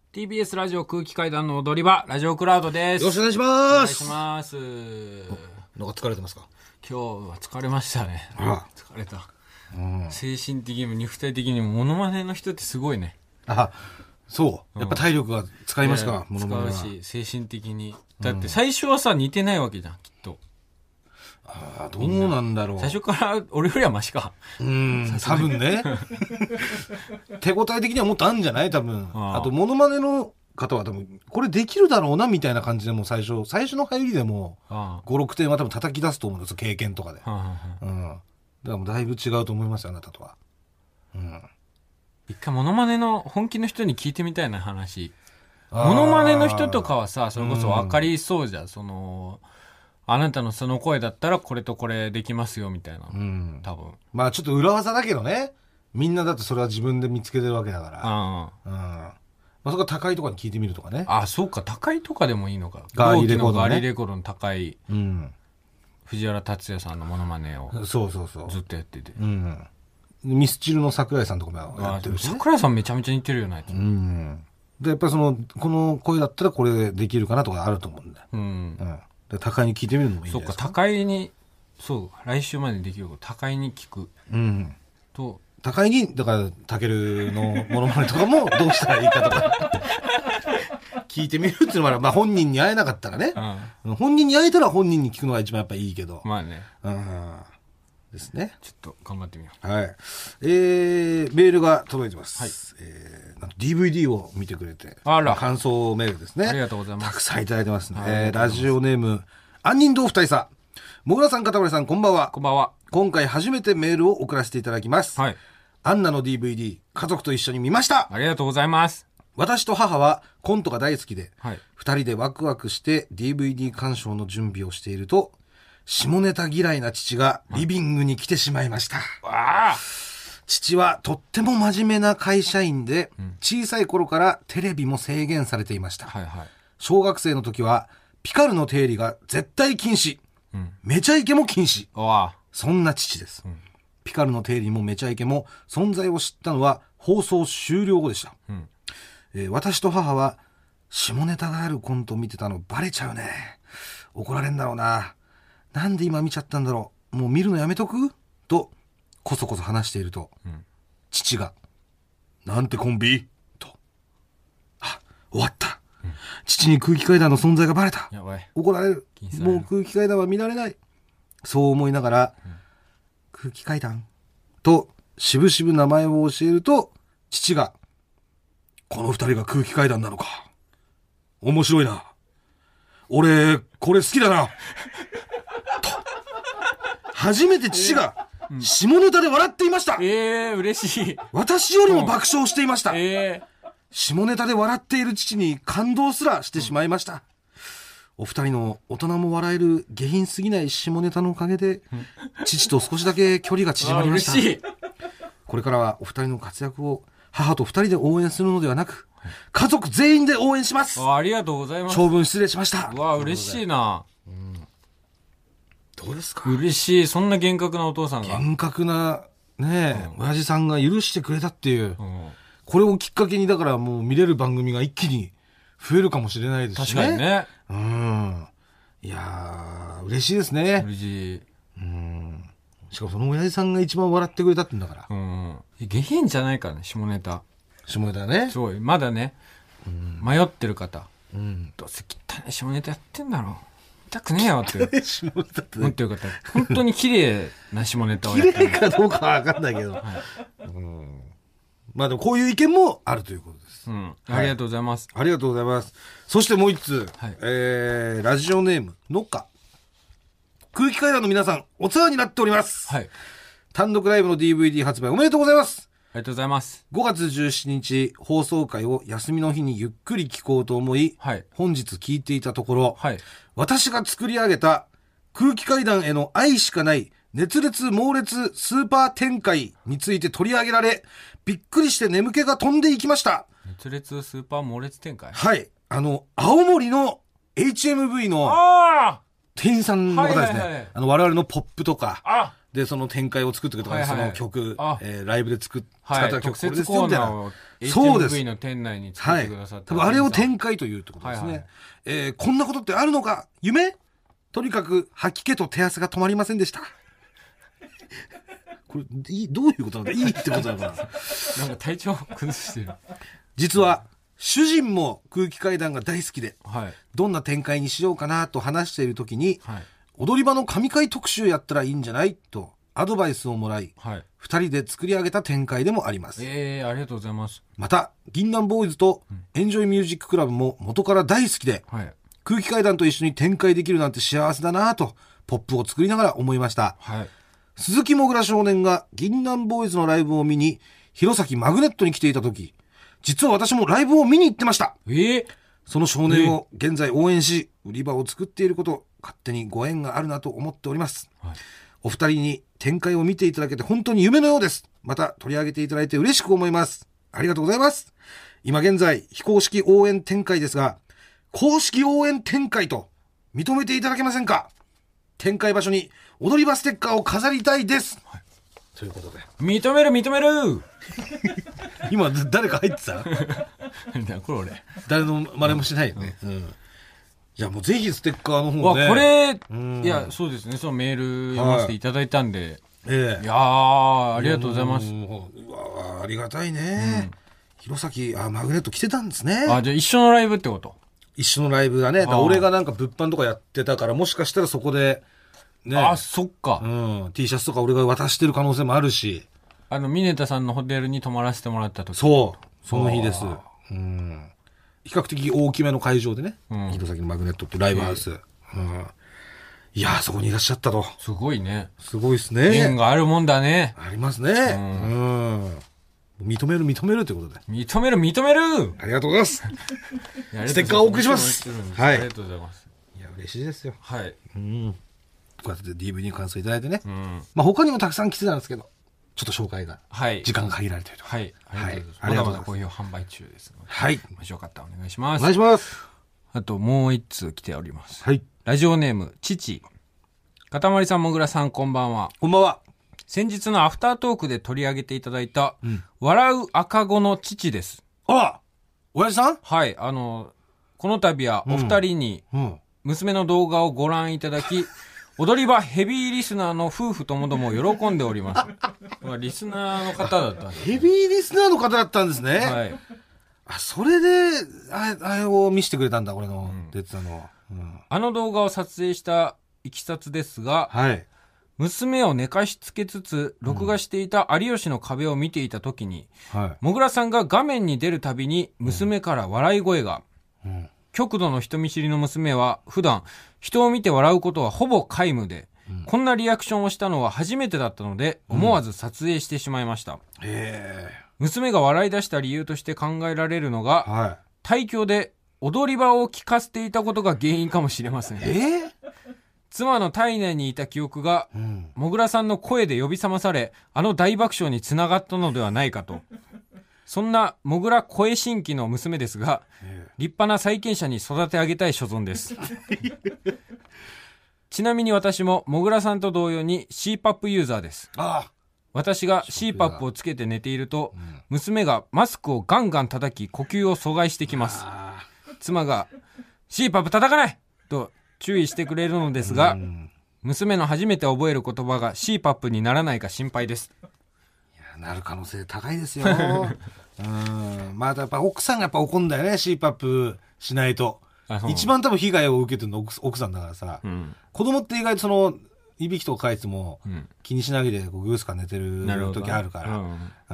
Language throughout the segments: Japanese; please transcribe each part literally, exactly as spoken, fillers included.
ティービーエス ラジオ空気階段の踊り場、ラジオクラウドです。 よろしくお願いします。 お願いします。 なんか疲れてますか？ 今日は疲れましたね。 ああ疲れた、 うん、 精神的にも肉体的にもモノマネの人ってすごいね。 あ、そうやっぱ体力が使いますか？ うん、 モノマネは使うし精神的に。だって最初はさ似てないわけじゃんきっと。 ああ、どうなんだろう。 最初から俺よりはマシか。 うん、多分ね。手応え的にはもっとあるんじゃない？多分。あ, あとモノマネの方は多分これできるだろうなみたいな感じでも最初最初の入りでもご、ろくてんは多分叩き出すと思うんですよ、経験とかで。 ああ、 うん。だからもうだいぶ違うと思いますよ、あなたとは。うん。 一回モノマネの本気の人に聞いてみたいな話。モノマネの人とかはさ、それこそ分かりそうじゃん。うん、そのあなたのその声だったらこれとこれできますよみたいな、うん、多分まあちょっと裏技だけどね、みんなだってそれは自分で見つけてるわけだから、うんうん、まあ、そこは高いとかに聞いてみるとかね。 あ、そうか、高いとかでもいいのか。 ガーリーレコード、ね、 ガーリーレコードの高い、うん、藤原竜也さんのモノマネをそうそうそうずっとやってて、 うん、ミスチルの桜井さんとかもやってるし、ね、 桜井さんめちゃめちゃ似てるよね、うん、 でやっぱりそのこの声だったらこれできるかなとかあると思うんだよ、うんうん、高いに聞いてみるのもいいんじゃないですか。 そうか、高いに、そう来週までできること高いに聞く、うん、と高いにだからタケルのモノマネとかもどうしたらいいかとか聞いてみるっていうのは、まあ、本人に会えなかったらね、うん、本人に会えたら本人に聞くのが一番やっぱいいけど、 まあね、 うん、ですね。 ちょっと頑張ってみよう。はい、えー、メールが届いてます、はい、えー、なんと ディーブイディー を見てくれて、 あら、 感想メールですね。 ありがとうございます。 たくさんいただいてますね。えー、ラジオネーム杏仁豆腐大佐、もぐらさん、片森さん、こんばんは。 こんばんは。 今回初めてメールを送らせていただきます。はい。アンナの ディーブイディー 家族と一緒に見ました。 ありがとうございます。 私と母はコントが大好きで、はい、ふたりでワクワクして ディーブイディー 鑑賞の準備をしていると、下ネタ嫌いな父がリビングに来てしまいました。 はい、 父はとっても真面目な会社員で、うん、小さい頃からテレビも制限されていました。はいはい、小学生の時はピカルの定理が絶対禁止、うん、めちゃイケも禁止。そんな父です、うん、ピカルの定理もめちゃイケも存在を知ったのは放送終了後でした、うん、えー、私と母は下ネタがあるコント見てたのバレちゃうね、怒られんだろうな、なんで今見ちゃったんだろう、もう見るのやめとくとこそこそ話していると、うん、父がなんてコンビと、あ、終わった、うん、父に空気階段の存在がバレた、 やばい、 怒られる、もう空気階段は見られない、そう思いながら、うん、空気階段としぶしぶ名前を教えると、父がこの二人が空気階段なのか、面白いな、俺これ好きだなと初めて父が下ネタで笑っていました。 えー、嬉しい。 私よりも爆笑していました、うん、 えー、 下ネタで笑っている父に感動すらしてしまいました、うん、お二人の大人も笑える下品すぎない下ネタのおかげで、うん、父と少しだけ距離が縮まりました。 嬉しい。 これからはお二人の活躍を母と二人で応援するのではなく、家族全員で応援します。 あ, ありがとうございます。 長文失礼しました。 うわ、嬉しいな、うん、 どうですか？ 嬉しい。そんな厳格なお父さんが、 厳格なね、うん、親父さんが許してくれたっていう、うん、これをきっかけにだからもう見れる番組が一気に増えるかもしれないですしね。 確かにね、 うん、いやー嬉しいですね。 嬉しい。 うん、しかもその親父さんが一番笑ってくれたってんだから、うん、 下品じゃないからね、下ネタ。 下ネタね、 すごいまだね、うん、迷ってる方、うん、どうせ汚い下ネタやってんだろう、見たくねえよって下ネタって思ってる方、本当に綺麗な下ネタをやってる。 綺麗かどうかは分かんないけど、はい、うん、まあでもこういう意見もあるということです、うん、はい、 ありがとうございます。 ありがとうございます。そしてもう一通、はい、えー、ラジオネームのっか、空気階段の皆さんお世話になっております、はい、単独ライブの ディーブイディー 発売おめでとうございます。 ありがとうございます。 ごがつじゅうしちにち放送回を休みの日にゆっくり聞こうと思い、はい、本日聞いていたところ、はい、私が作り上げた空気階段への愛しかない熱烈猛烈スーパー展開について取り上げられ、びっくりして眠気が飛んでいきました。 熱烈スーパー猛烈展開、 はい、あの青森の エイチエムブイ の店員さんの方ですね、はいはいはい、あの我々のポップとかでその展開を作ってくれた、はいはい、その曲、えー、ライブで作っ、 はい、 使った曲これですよみたいな。そうです。エイチエムブイ の店内に作ってくださった、 はい、多分あれを展開というってことですね、はいはい、えー、こんなことってあるのか夢、とにかく吐き気と手汗が止まりませんでしたこれいいどういうことなんだ、いいってことなのかななんか体調崩してる。 実は主人も空気階段が大好きで、はい、どんな展開にしようかなと話している時に、はい、踊り場の神回特集やったらいいんじゃないとアドバイスをもらい、はい、ふたりで作り上げた展開でもあります。 えー、ありがとうございます。 また銀杏ボーイズとエンジョイミュージッククラブも元から大好きで、はい、空気階段と一緒に展開できるなんて幸せだなとポップを作りながら思いました、はい、鈴木もぐら少年が銀杏ボーイズのライブを見に弘前マグネットに来ていた時、実は私もライブを見に行ってました。えー、その少年を現在応援し、売り場を作っていること、勝手にご縁があるなと思っております、はい、お二人に展開を見ていただけて本当に夢のようです。また取り上げていただいて嬉しく思います。ありがとうございます。今現在非公式応援展開ですが、公式応援展開と認めていただけませんか。展開場所に踊り場ステッカーを飾りたいです、はい、ということで認める認める今誰か入ってたこれ俺誰の真似もしないよね、うんうん、いやもうぜひステッカーの方で、 ね、これ、うん、いやそうですね、そのメール読ませていただいたんで、はい、ええ、いやーありがとうございます。 うわありがたいね、うん、弘前あマグネット来てたんですね。 あじゃあ一緒のライブってこと。 一緒のライブだね。だ俺がなんか物販とかやってたからもしかしたらそこでね、 あそっか、 うん、T シャツとか俺が渡してる可能性もあるし、 あのミネタさんのホテルに泊まらせてもらった時、 そうその日です、うん、比較的大きめの会場でね、うん、弘前のマグネットってライブハウス、うん、いやーそこにいらっしゃったと。 すごいね、 すごいですね。 縁があるもんだね。 ありますね、うんうん、認める認めるということで認める認めるありがとうございますステッカーをお送りします。はい、ありがとうございます。 いや嬉しいですよ。 はい、 うん、こうやって ディーブイディー の感想いただいてね、うん、まあ他にもたくさん来てたんですけどちょっと紹介が時間が限られていると、 はい、はい、ありがとうございます。まだまだ好評販売中ですので、 はい、 もしよかったらお願いします。 お願いします。 あともう一通来ております、 はい、 ラジオネーム父。かたまりさんもぐらさんこんばんは。 こんばんは。 先日のアフタートークで取り上げていただいた、うん、笑う赤子の父です。 あら親父さん。 はい、あのこの度はお二人に娘の動画をご覧いただき、うんうん、踊り場ヘビーリスナーの夫婦ともども喜んでおりますリスナーの方だったんです。 ヘビーリスナーの方だったんですね。はい、あそれであれ、あれを見せてくれたんだ俺の出てたの、うんうん、 あの動画を撮影したいきさつですが、 はい、 娘を寝かしつけつつ録画していた有吉の壁を見ていた時に、うんはい、もぐらさんが画面に出るたびに娘から笑い声が、うんうん、極度の人見知りの娘は普段人を見て笑うことはほぼ皆無で、うん、こんなリアクションをしたのは初めてだったので思わず撮影してしまいました、うん、 へー。 娘が笑い出した理由として考えられるのが、はい、胎教で踊り場を聞かせていたことが原因かもしれません。 えー妻の体内にいた記憶が、うん、もぐらさんの声で呼び覚まされ、あの大爆笑につながったのではないかと。そんなもぐら声新規の娘ですが、立派な債権者に育て上げたい所存ですちなみに私ももぐらさんと同様に シーパップ ユーザーです。 ああ、 私が シーパップ をつけて寝ていると、うん、娘がマスクをガンガン叩き呼吸を阻害してきます。妻が シーパップ 叩かないと注意してくれるのですが、娘の初めて覚える言葉が シーパップ にならないか心配です。 いやなる可能性高いですようんまあやっぱ奥さんがやっぱ怒んだよね シーパップ しないと。一番多分被害を受けてるの奥さんだからさ、うん、子供って意外とそのいびきとかかいても気にしないでこうグースか寝てる時あるから、うんうん、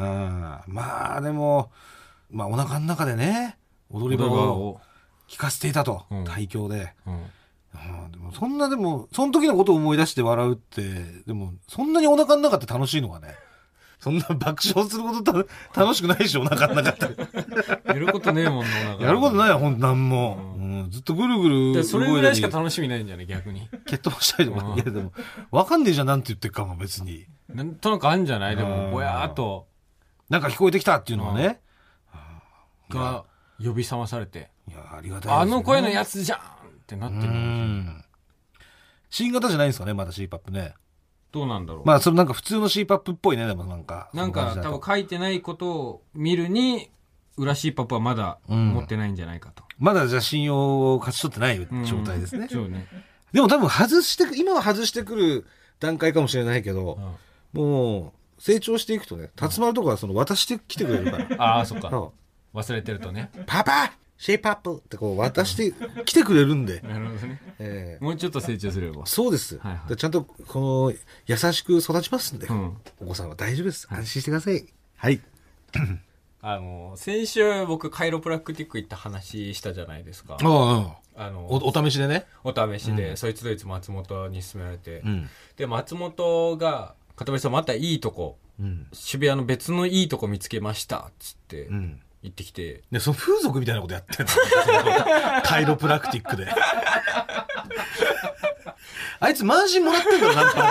まあでも、まあ、お腹の中でね踊り場を聞かせていたと、うん、胎教で、うんうん、でもそんなでもその時のことを思い出して笑うってでもそんなにお腹の中って楽しいのかね。そんな爆笑することた楽しくないでしょお腹の中ってやることねえもんな。 やることないよほんとなんも、うんうん、ずっとぐるぐるそれぐらいしか楽しみないんじゃない逆に。 蹴っ飛ばしたいとか、うん、いやでも分かんねえじゃんなんて言ってるかも別になんとなくあんじゃない。でもぼやーっとなんか聞こえてきたっていうのはね、 うん、が呼び覚まされていやありがたいです、ね、 あの声のやつじゃんってなってるの。 新型じゃないんですかねまだ シーパップ ね。 どうなんだろう。 まあ、それなんか普通の シーパップ っぽいね、でもなんか。 なんか多分書いてないことを見るに、裏 シーパップ はまだ持ってないんじゃないかと。 うん、まだじゃあ信用を勝ち取ってない状態ですね。うん、 そうね。 でも多分外して、今は外してくる段階かもしれないけど、うん、もう成長していくとね、辰丸とかはその渡してきてくれるから。 ああ、そっか。忘れてるとね。 パパシェイパップってこう渡してきてくれるんで。 なるほどね。えー、もうちょっと成長すれば。 そうです。はいはい、ちゃんとこの優しく育ちますんで、うん、お子さんは大丈夫です。安心してください。はい。 あの先週僕カイロプラクティック行った話したじゃないですか。 ああ、あの お, お試しでね。 お試しで、うん、そいつどいつ松本に勧められて、うん、で松本が片林さんまたいいとこ、うん、渋谷の別のいいとこ見つけましたっつって。うん行ってきて、 ね、その風俗みたいなことやってんのカイロプラクティックであいつマージンもらってんだろなんか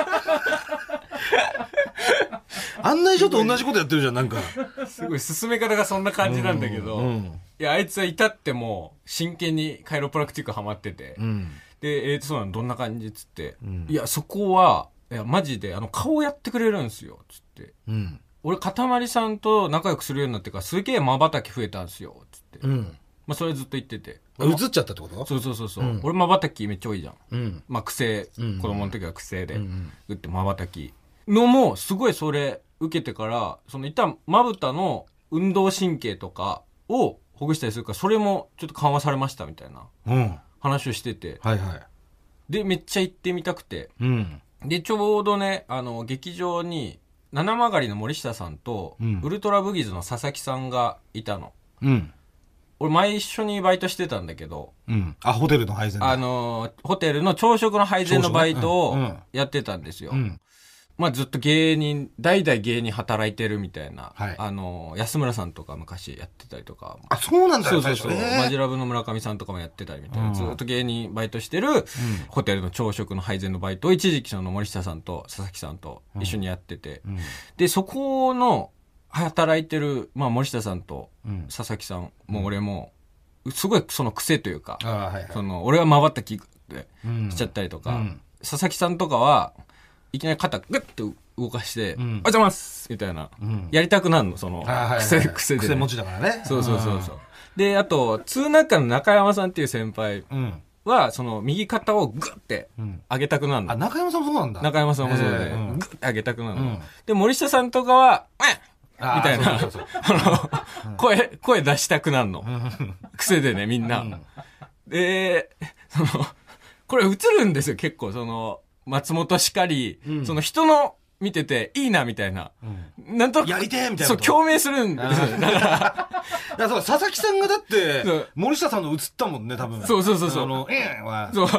案内所と同じことやってるじゃんなんかすごい進め方がそんな感じなんだけど、うんうん、いやあいつは至っても真剣にカイロプラクティックハマってて、うん、で、えー、そうなのどんな感じっつって、うん、いやそこはいやマジであの顔やってくれるんですよっつって、うん俺、かたまりさんと仲良くするようになってからすげえ瞬き増えたんですよ、つって。うん。まあ、それずっと言ってて。 映っちゃったってこと？ そうそうそうそう、うん。俺、瞬きめっちゃ多いじゃん。うん。まあ、癖、うん、子供の時は癖で、うん、打って瞬き。のも、すごいそれ受けてから、その一旦、まぶたの運動神経とかをほぐしたりするから、それもちょっと緩和されましたみたいな。うん。話をしてて。はいはい。で、めっちゃ行ってみたくて。うん。で、ちょうどね、あの、劇場に、七曲りの森下さんと、うん、ウルトラブギーズの佐々木さんがいたの。うん。俺前一緒にバイトしてたんだけど。 うん。あ、ホテルの配膳あの、ホテルの朝食の配膳のバイトをやってたんですよ。うんうん、まあずっと芸人、代々芸人働いてるみたいな。はい、あの、安村さんとか昔やってたりとか。 あ、そうなんだそうそうそう。マジラブの村上さんとかもやってたりみたいな。うん、ずっと芸人バイトしてる、うん、ホテルの朝食の配膳のバイトを一時期その森下さんと佐々木さんと一緒にやってて。うんうん、で、そこの働いてる、まあ森下さんと佐々木さんも俺も、すごいその癖というか、はいはい、その俺は瞬きってしちゃったりとか、うん、佐々木さんとかはいきなり肩グッて動かして、うん、おはようございますみたいな、うん、やりたくなるの、その、癖、癖で、ね。 癖持ちだからね。 そうそうそうそう。で、あと、通仲の中山さんっていう先輩は、うん、その、右肩をグッて上げたくなるの。 あ、中山さんもそうなんだ。 中山さんもそうで、グッて上げたくなるの。うん、で、森下さんとかは、みたいな、あの、声、声出したくなるの。癖でね、みんな。うん、で、その、これ映るんですよ、結構、その、松本しかり、うん、その人の見てていいなみたいな、うん、なんとやりてーみたいなそう共鳴するんですよ。だからだから佐々木さんがだって森下さんの映ったもんね多分。 そうそうそうそう。 あのえー、はそう。うん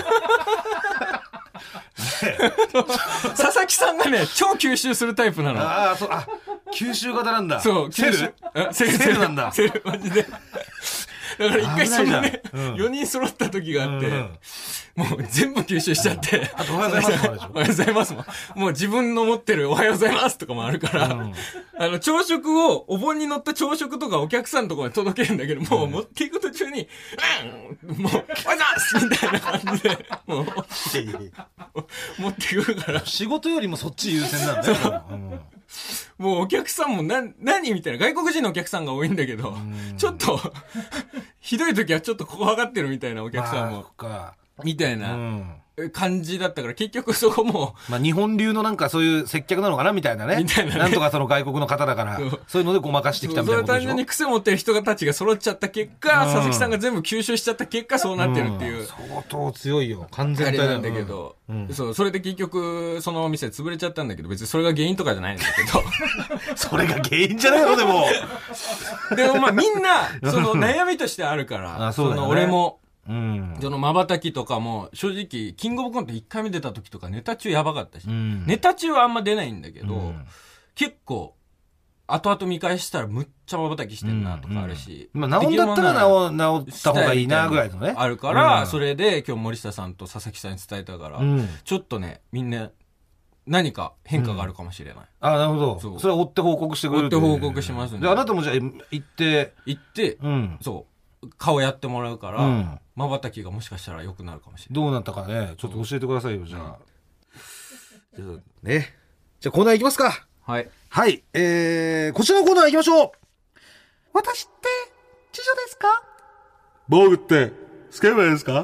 佐々木さんがね超吸収するタイプなの。 ああそうあ吸収型なんだ。 そうセルセルセルなんだ。 セルマジで。だから一回そのね、うん、よにん揃った時があって、うんうん、もう全部吸収しちゃって。 あとおはようございますもんでしょ。 おはようございますもん。もう自分の持ってるおはようございますとかもあるから、うん、あの、朝食を、お盆に乗った朝食とかお客さんのところに届けるんだけど、もう持っていく途中に、うん、もう、おはようございますみたいな感じで、もう、持ってくるから。 仕事よりもそっち優先なんだよ。うんもうお客さんもな、何みたいな。外国人のお客さんが多いんだけど、ちょっと、ひどい時はちょっと怖がってるみたいなお客さんも。みたいな感じだったから、結局そこも。 まあ日本流のなんかそういう接客なのかなみたいなね。みたいな、ね。なんとかその外国の方だから、そうそういうのでごまかしてきたみたいなことでしょ。 それ単純に癖持ってる人たちが揃っちゃった結果、佐々木さんが全部吸収しちゃった結果、そうなってるっていう。 相当強いよ。完全体なんだけど、うんうん。そう、それで結局、そのお店潰れちゃったんだけど、別にそれが原因とかじゃないんだけど。 それが原因じゃないのでも。 でもまあみんな、その悩みとしてあるから、あそうだよね、その俺も、うん、その瞬きとかも正直キングオブコントいっかいめ出た時とかネタ中やばかったし、うん、ネタ中はあんま出ないんだけど、うん、結構後々見返したらむっちゃ瞬きしてんなとかあるし、 うんうん、まあ治んだったら治, 治った方がいいなぐらいのねあるから、うん、それで今日森下さんと佐々木さんに伝えたから、うん、ちょっとねみんな何か変化があるかもしれない、うん、 あなるほど そ, それは追って報告してくれる。追って報告しますんで、 であなたもじゃあ行って行って、うん、そう顔やってもらうから、うん瞬きがもしかしたら良くなるかもしれない。 どうなったかねちょっと教えてくださいよ、じゃあ。 ね。じゃあコーナー行きますか。 はい。 はい。えー、こちらのコーナー行きましょう。私って、知女ですか？僕って、スケベですか？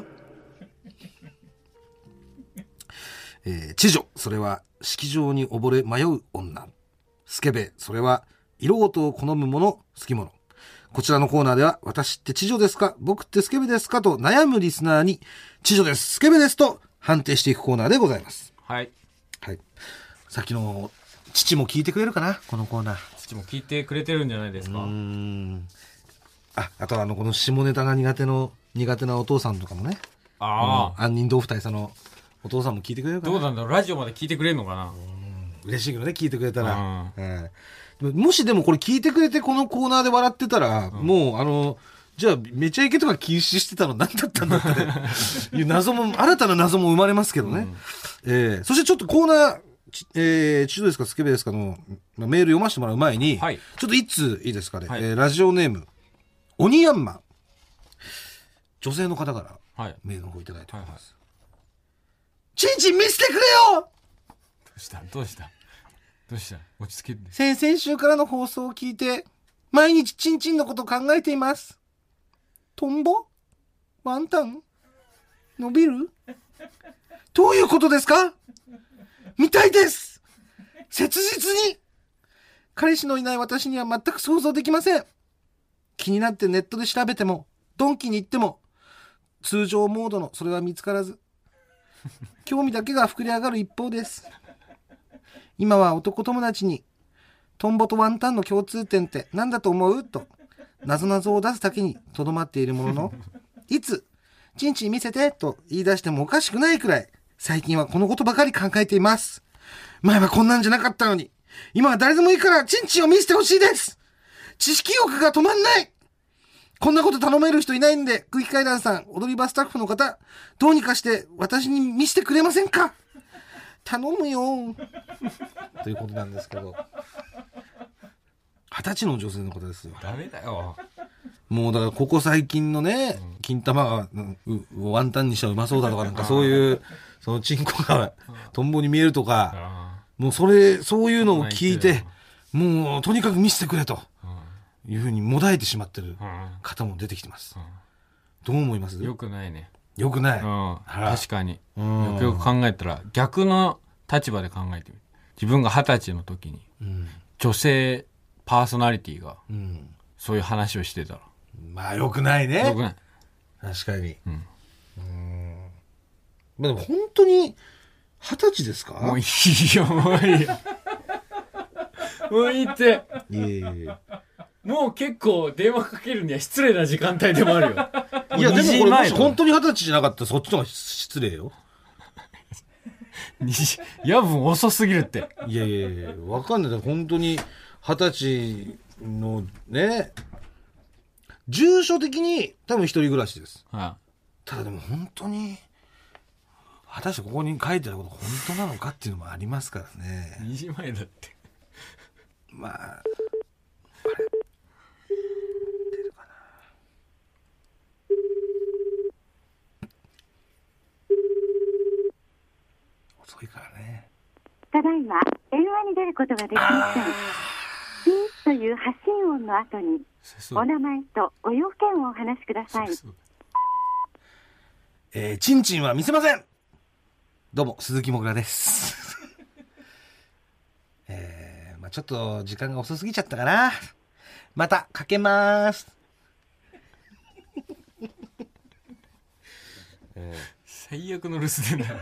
えー、知女、それは、式場に溺れ迷う女。スケベ、それは、色事を好む者、好き者。こちらのコーナーでは、私って知女ですか？僕ってスケベですか？と悩むリスナーに、知女です、スケベですと判定していくコーナーでございます。 はい。 はい。さっきの、父も聞いてくれるかな？このコーナー。 父も聞いてくれてるんじゃないですか。うーん。あ、あとはあの、この下ネタが苦手の、苦手なお父さんとかもね。 ああ。 杏仁豆腐大佐のお父さんも聞いてくれるかな？ どうなんだろう、ラジオまで聞いてくれるのかな？ うん、嬉しいけどね、聞いてくれたら。うん、もしでもこれ聞いてくれてこのコーナーで笑ってたら、うん、もうあの、じゃあめちゃイケとか禁止してたの何だったんだっていう謎も、新たな謎も生まれますけどね。うん、えー、そしてちょっとコーナー、えー、知女ですかスケベですかのメール読ませてもらう前に、はい、ちょっと一通いいですかね、はい、えー、ラジオネームオニヤンマン、女性の方からメールの方いただいております。チンチン見せてくれよ。 どうしたどうしたどうした落ち着ける。 先々週からの放送を聞いて毎日チンチンのこと考えています。トンボ、ワンタン、伸びる、どういうことですか？見たいです。切実に。彼氏のいない私には全く想像できません。気になってネットで調べても、ドンキに行っても、通常モードのそれは見つからず、興味だけが膨れ上がる一方です。今は男友達に、トンボとワンタンの共通点って何だと思う？と、謎々を出すだけにとどまっているものの、いつ、チンチン見せてと言い出してもおかしくないくらい、最近はこのことばかり考えています。前はこんなんじゃなかったのに、今は誰でもいいからチンチンを見せてほしいです。知識欲が止まんない。こんなこと頼める人いないんで、空気階段さん、踊り場スタッフの方、どうにかして私に見せてくれませんか？頼むよ。ということなんですけど。二十歳の女性の方ですよ。 ダメだよ。 もうだからここ最近のね、うん、金玉がワンタンにしたらうまそうだとかなんかそういう、そのチンコがトンボに見えるとか、もうそれ、そういうのを聞いて、もうとにかく見せてくれというふうにもだえてしまってる方も出てきてます。どう思います？ よくないね。 よくない。 うん、確かに。よくよく考えたら逆の立場で考えてみる。自分が二十歳の時に、うん、女性パーソナリティが、うん、そういう話をしてたら。 まあよくないね。 よくない。 確かに。うん。うーん、まあでも本当に二十歳ですか？ もういいよ、もういいよ。もういいって。 いえいえ。 もう結構電話かけるには失礼な時間帯でもあるよ。 いやでもこれもし本当に二十歳じゃなかったらそっちの方が失礼よ。 夜分遅すぎるって。 いやいやいや、わかんない。本当に二十歳のね、住所的に多分一人暮らしです。はあ、ただでも本当に果たしてここに書いてあること本当なのかっていうのもありますからね。 にじまえだって。 まあ、あれ出るかな。遅いからね。 ただいま電話に出ることができません。ピーという発信音の後にお名前とご用件をお話しください。 えー、チンチンは見せません。どうも鈴木もぐらです。えー、まあちょっと時間が遅すぎちゃったかな。またかけまーす。 えー、最悪の留守電だよ。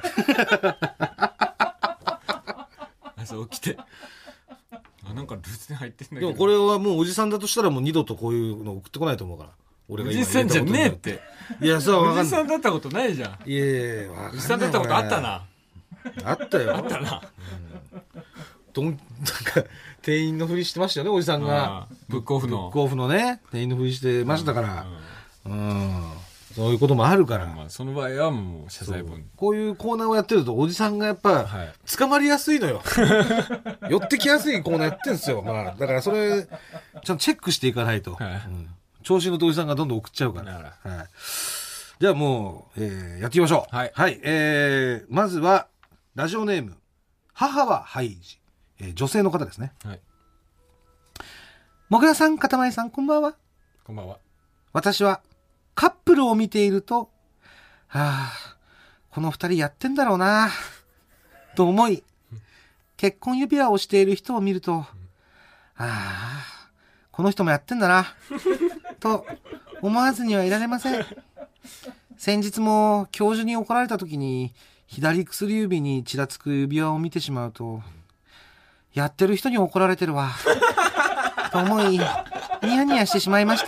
朝起きて。あ、なんか留守電入ってんだけど。 でもこれはもうおじさんだとしたらもう二度とこういうの送ってこないと思うから。 俺が今おじさんじゃねえって。 いや、そう、 おじさんだったことないじゃん。 いやいや、わかんない。 おじさんだったことあったな。 あったよ。 あったな。 どん、なんか、店員のふりしてましたよね、おじさんが。 ブックオフの。 ブックオフのね、店員のふりしてましたから。うん。うんそういうこともあるから。 まあ、その場合はもう謝罪文。 こういうコーナーをやってると、おじさんがやっぱ、はい、捕まりやすいのよ。寄ってきやすいコーナーやってるんですよ。まあ、だからそれ、ちゃんとチェックしていかないと。はいうん、調子のおじさんがどんどん送っちゃうから。はい、じゃあもう、えー、やっていきましょう。はい。はい。えー、まずは、ラジオネーム、 母はハイジ、えー、女性の方ですね。 はい。 もぐらさん、かたまりさん、こんばんは。 こんばんは。 私はカップルを見ていると、はあ、この二人やってんだろうなと思い、結婚指輪をしている人を見ると、ああ、この人もやってんだなと思わずにはいられません。先日も教授に怒られた時に、左薬指にちらつく指輪を見てしまうと、やってる人に怒られてるわと思い、ニヤニヤしてしまいました。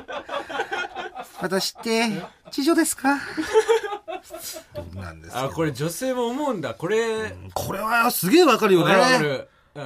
私って知女ですか？ どうなんですか。あ、これ女性も思うんだ。これ、うん、 これはすげえわかるよね。 わかる。 うん。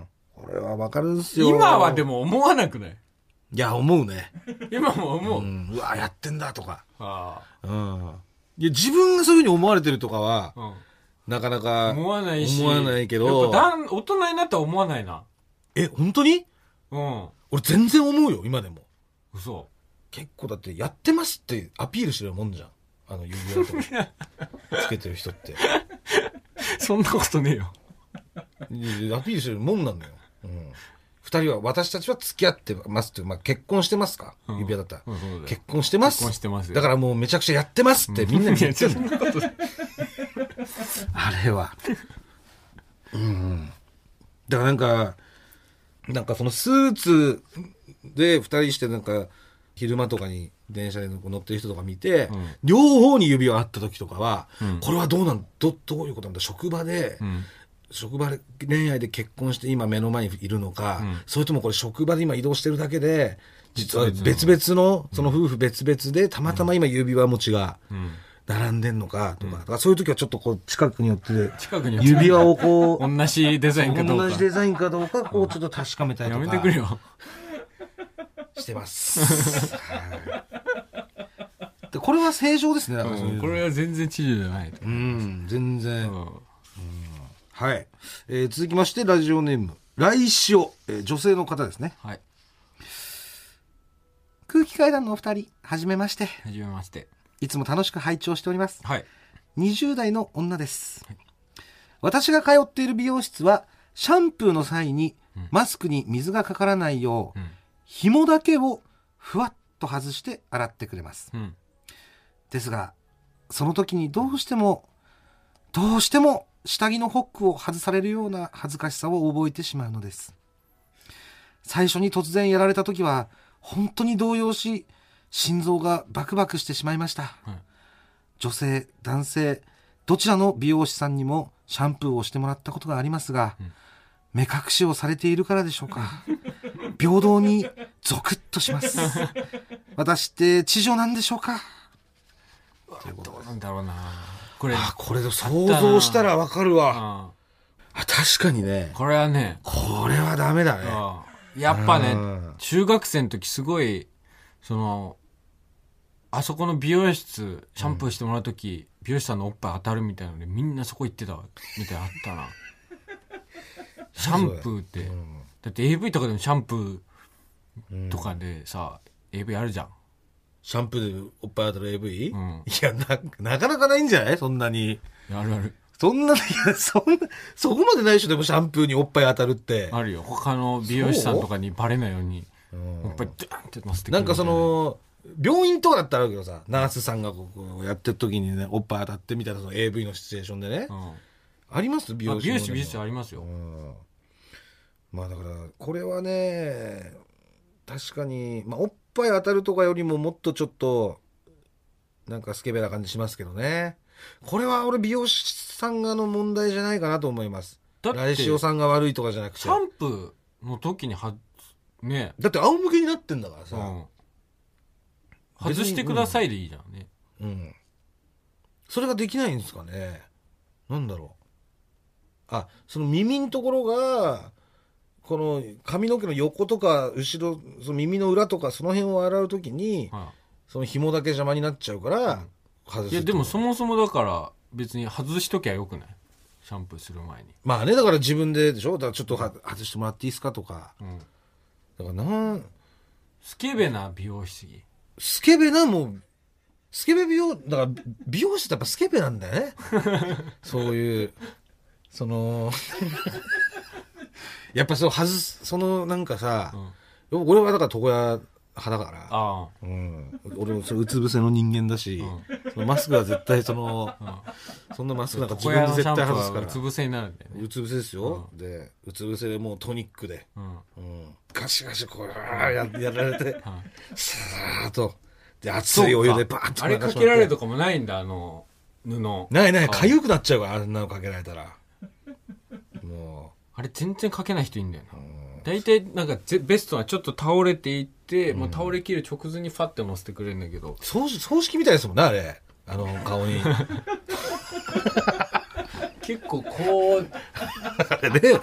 これはわかるんすよ。 今はでも思わなくない？ いや、思うね。 今も思う。うん、 うわ、やってんだとか。 ああ。 うん。いや、自分がそういうふうに思われてるとかは、 うん、 なかなか思わないし、 思わないけど。 やっぱだん大人になったら思わないな。 え、本当に？ うん。 俺全然思うよ、今でも。 嘘。結構だってやってますってアピールしてるもんじゃん。あの指輪とかつけてる人って。 そんなことねえよ。 アピールしてるもんなんだよ。うん。二人は、私たちは付き合ってますって、まあ、結婚してますか、うん、指輪だったら、うん、結婚してます。 結婚してますよ。 だからもうめちゃくちゃやってますってみんなに言ってるの。あれは。うん。だからなんか、なんかそのスーツで二人してなんか、昼間とかに電車で乗ってる人とか見て、うん、両方に指輪あった時とかは、うん、これはどうなん、ど、どういうことなんだ、職場で、うん職場恋愛で結婚して今目の前にいるのか、うん、それともこれ職場で今移動してるだけで実は別々のその夫婦別々でたまたま今指輪持ちが並んでんのかとか、うん、だからそういう時はちょっとこう近くによって指輪をこう同じデザインかどうか同じデザインかどうかこうちょっと確かめたりとかやめてくれよしてますでこれは正常ですね、だからそういう、 うん、これは全然知女じゃないうん全然、うんはい、えー、続きましてラジオネーム来潮、えー、女性の方ですね。 はい。 空気階段のお二人、はじめまして。 はじめまして。 いつも楽しく拝聴しております。 はい。 にじゅう代の女です。はい、私が通っている美容室はシャンプーの際にマスクに水がかからないよう、うん、紐だけをふわっと外して洗ってくれます。うん、ですが、その時にどうしてもどうしても下着のホックを外されるような恥ずかしさを覚えてしまうのです。最初に突然やられた時は本当に動揺し、心臓がバクバクしてしまいました。うん、女性、男性、どちらの美容師さんにもシャンプーをしてもらったことがありますが、うん、目隠しをされているからでしょうか。平等にゾクッとします。私って知女なんでしょうか。 どうなんだろうな。これ、 あ、これで想像したらわかるわ。あ、確かにね。 これはね。 これはダメだね。 やっぱね、中学生の時すごい、その、あそこの美容室、シャンプーしてもらう時、うん、美容師さんのおっぱい当たるみたいなので、みんなそこ行ってたみたいなあったな。シャンプーって、うん、だって エーブイ とかでもシャンプーとかでさ、うん、エーブイ あるじゃん。 シャンプーでおっぱい当たる エーブイ？ うん、いや、な、なかなかないんじゃない？そんなに。 あるある。 そんな、いや、そんな、そこまでないでしょ、でもシャンプーにおっぱい当たるって。 あるよ。他の美容師さんとかにバレないように、おっぱいドゥーンって乗せてくる。 なんかその、病院とかだったらあるけどさ、ナースさんがこうやってる時にね、おっぱい当たってみたいなその エーブイ のシチュエーションでね。うん、あります美容師。 美容師、美容師ありますよ。うん、 まあだから、これはね、確かに、まあおっぱい当たるとかよりももっとちょっと、なんかスケベな感じしますけどね。これは俺美容師さん側の問題じゃないかなと思います。だって来潮さんが悪いとかじゃなくて、 シャンプーの時にはね、 だって仰向けになってんだからさ、うん、 外してくださいでいいじゃんね。うん、うん、 それができないんですかね。なんだろう。あ、その耳のところがこの髪の毛の横とか後ろ、その耳の裏とかその辺を洗う時に、はあ、その紐だけ邪魔になっちゃうから、うんいやでもそもそもだから別に外しときゃよくない？シャンプーする前に。 まあね、だから自分ででしょ。だからちょっとは外してもらっていいですかとか。うん、だからなんスケベな美容師。 スケベなもうスケベ美容だから美容師ってやっぱスケベなんだよね。そういうそのやっぱその外すそのなんかさ、うん、俺はだから床屋派だから、あ、うん、俺もそれうつ伏せの人間だし、うん、そのマスクは絶対その、うん、そんなマスクなんか自分で絶対外すから、 うつ伏せになるんだよね。 うつ伏せですよ、うん、でうつ伏せでもうトニックで、うんうん、ガシガシこうや, やられて、うん、さーっとで熱いお湯でバーッとあれかけられるとかもないんだ、あの布。 ないない、かゆくなっちゃうから、あんなのかけられたらもうあれ全然かけない人いいんだよな。大体なんかベストはちょっと倒れていって、うん、もう倒れきる直前にファッて乗せてくれるんだけど、 葬式みたいですもんね、あれ、あの顔に結構こうあれね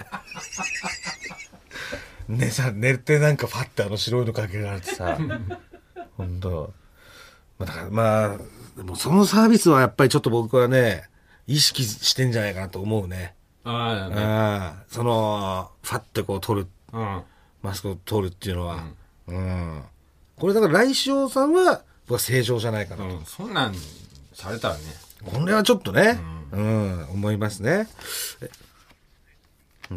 ねさ寝てなんかファッてあの白いのかけられてさ本当、まあ、だからまあでもそのサービスはやっぱりちょっと僕はね意識してんじゃないかなと思うね。ああ、ね、あそのファッてこう取る、うん、マスクを取るっていうのは、うんうん、これだから来翔さんは僕は正常じゃないかなと、うん、 そんなんされたらねこれはちょっとね、うんうん、思いますね。うん、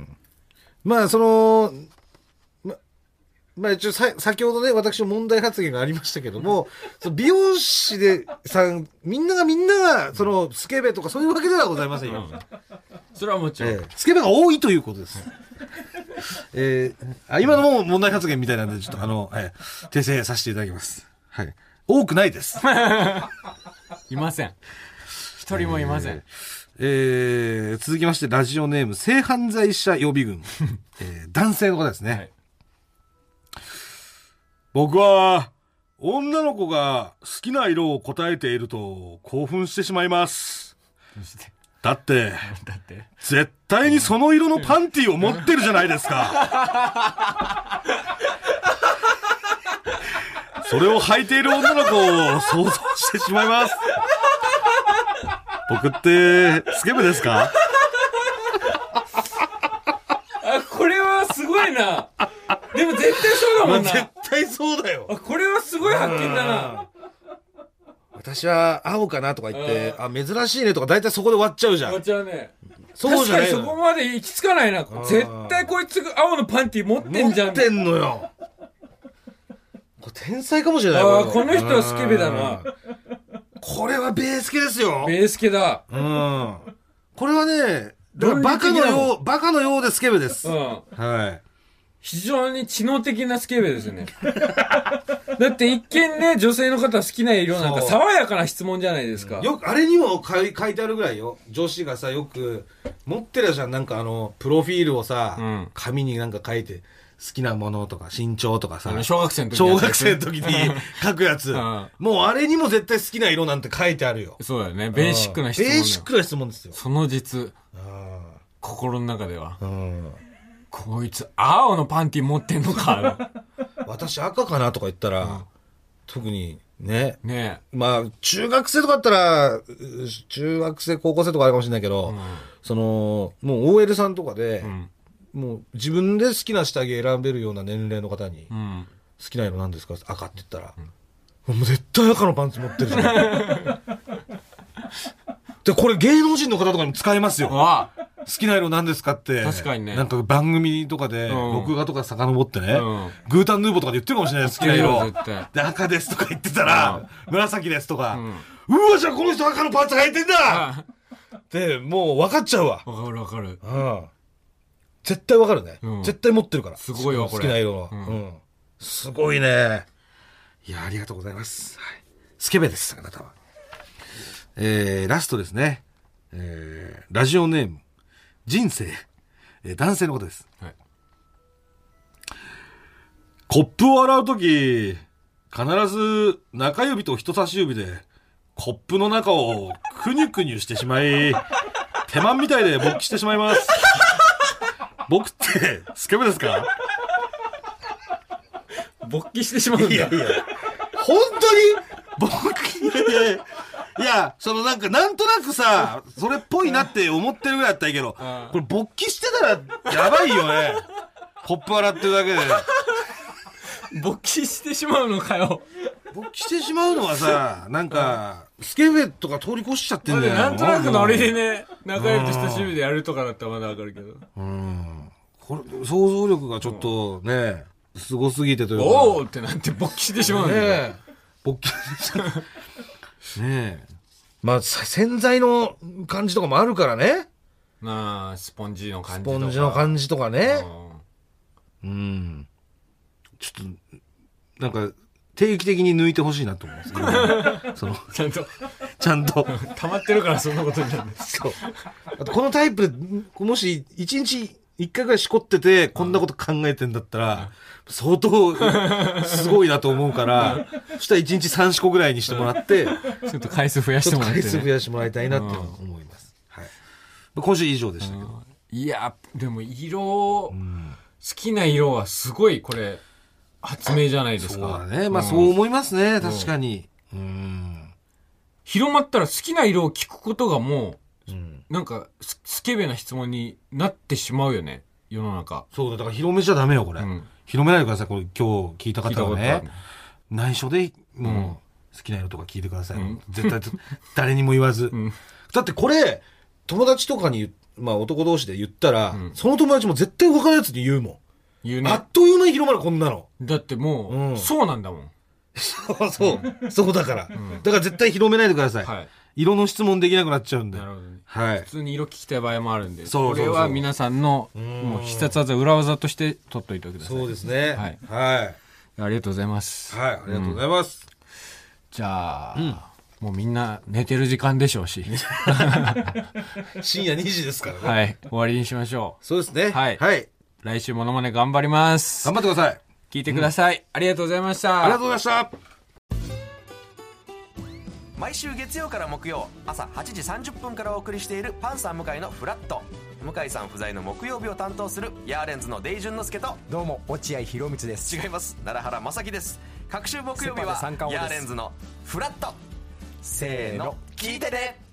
まあそのままあ一応さ先ほどね私の問題発言がありましたけども、その美容師でさんみんながみんながそのスケベとかそういうわけではございませんよ、うん、 それはもちろん、えー、 スケベが多いということですえー、あ今のも問題発言みたいなんでちょっとあの、えー、訂正させていただきます。はい、多くないですいません、一人もいません。 えーえー、続きましてラジオネーム性犯罪者予備軍、えー、男性の方ですね、はい、僕は女の子が好きな色を答えていると興奮してしまいます。だってだって絶対にその色のパンティを持ってるじゃないですかそれを履いている女の子を想像してしまいます。僕ってスケベですか？ あ、これはすごいな。でも絶対そうだもんな。 まあ、絶対そうだよ。 あ、これはすごい発見だな。 私は青かなとか言って、あ、珍しいねとか大体そこで終わっちゃうじゃん。 終わっちゃうね。 そうじゃない。 確かにそこまで行き着かないな。絶対こいつ青のパンティ持ってんじゃん。 持ってんのよ。これ天才かもしれない。 ああ、この人はスケベだな。 これはベースケですよ。 ベースケだ。 うん。これはね、バカのよう、バカのようでスケベです。うん。はい。 非常に知能的なスケベですよね。だって一見ね、女性の方好きな色なんか爽やかな質問じゃないですか。 よく、あれにも書いてあるぐらいよ。女子がさ、よく持ってるじゃん。なんかあの、プロフィールをさ、うん、紙になんか書いて、好きなものとか身長とかさ、 小学生の時小学生の時に書くやつ、うん、もうあれにも絶対好きな色なんて書いてあるよ。 そうだよね。ベーシックな質問。 ベーシックな質問ですよ。 その実、心の中では、うん、こいつ青のパンティ持ってんのか私赤かなとか言ったら、うん、特にねねまあ中学生とかだったら中学生高校生とかあるかもしれないけど、うん、そのもう オーエル さんとかで、うんもう自分で好きな下着選べるような年齢の方に、うん、好きな色なんですか赤って言ったら、うん、もう絶対赤のパンツ持ってるじゃんでこれ芸能人の方とかにも使えますよ。好きな色なんですかって。 確かにね。 なんか番組とかで、うん、録画とか遡ってね、うん、グータンヌーボーとかで言ってるかもしれない。好きな色で赤ですとか言ってたら、うん、紫ですとか、うん、うわじゃあこの人赤のパンツ履いてんだってもう分かっちゃうわ。 分かる分かる。 うん絶対わかるね、うん、絶対持ってるからすごいわこれ好きな色は、うんうん、すごいね。いやありがとうございます、はい、スケベですあなたは。えー、ラストですね、えー、ラジオネーム人生、えー、男性のことです、はい、コップを洗うとき必ず中指と人差し指でコップの中をクニュクニュしてしまい手間みたいで勃起してしまいます僕ってスケベですか？ 勃起してしまうんだ。 いやいや本当に勃起いやいやいやそのなんかなんとなくさそれっぽいなって思ってるぐらいだったらいいけどこれ勃起してたらやばいよねコップ洗ってるだけで勃起してしまうのかよ。 勃起してしまうのはさ、なんか、スケベとか通り越しちゃってんだよ。 なんとなくノリでね、仲良く親しみでやるとかだったらまだわかるけど。 うん。これ、想像力がちょっとね、すごすぎてというか。 おーってなって勃起してしまうんだよ。 ね勃起ねえ。まあ、洗剤の感じとかもあるからね。 まあ、スポンジの感じとか。 スポンジの感じとかね。うん。ちょっと、なんか、定期的に抜いてほしいなと思うんですけど、そのちゃんとちゃんと溜まってるからそんなことになるんです。 そう。あとこのタイプでもし一日一回ぐらいしこっててこんなこと考えてんだったら相当すごいなと思うから、そしたら一日三四個ぐらいにしてもらってちょっと回数増やしてもらって、ね、 回数増やしてもらいたいなって思います。はい。今週以上でしたけど。 いやでも色、うん、好きな色はすごいこれ。発明じゃないですか。 そうだね。まあ、うん、そう思いますね。確かに。うん。 広まったら好きな色を聞くことがもう、うん、なんかス、スケベな質問になってしまうよね。世の中。 そうだ。だから広めちゃダメよ、これ。うん、広めないでください。これ今日聞いた方はね。内緒で、もう、うん、好きな色とか聞いてください。うん、絶対、誰にも言わず。うん、だってこれ、友達とかに、まあ男同士で言ったら、うん、その友達も絶対他のやつに言うもん。言うね、あっという間に広まるこんなの。 だってもう、うん、そうなんだもん。 そうそう。そうだから、うん。だから絶対広めないでください。はい、色の質問できなくなっちゃうんで。なるほどね。はい。 普通に色聞きたい場合もあるんで。そうそうそう。これは皆さんの、もう必殺技、裏技として取っといてください。 そうですね。はい。はい。 ありがとうございます。 はい。ありがとうございます。うん、 じゃあ、うん、もうみんな寝てる時間でしょうし。 深夜にじですからね。 はい。終わりにしましょう。そうですね。 はい。 はい。 来週モノマネ頑張ります。 頑張ってください。 聞いてください、うん、ありがとうございました。 ありがとうございました。 毎週月曜から木曜朝はちじさんじゅっぷんからお送りしているパンサー向井のフラット。向井さん不在の木曜日を担当するヤーレンズのデイジュンの之介と、 どうも落合博満です。 違います、奈良原正樹です。各週木曜日はヤーレンズのフラット。せーの聞いてね。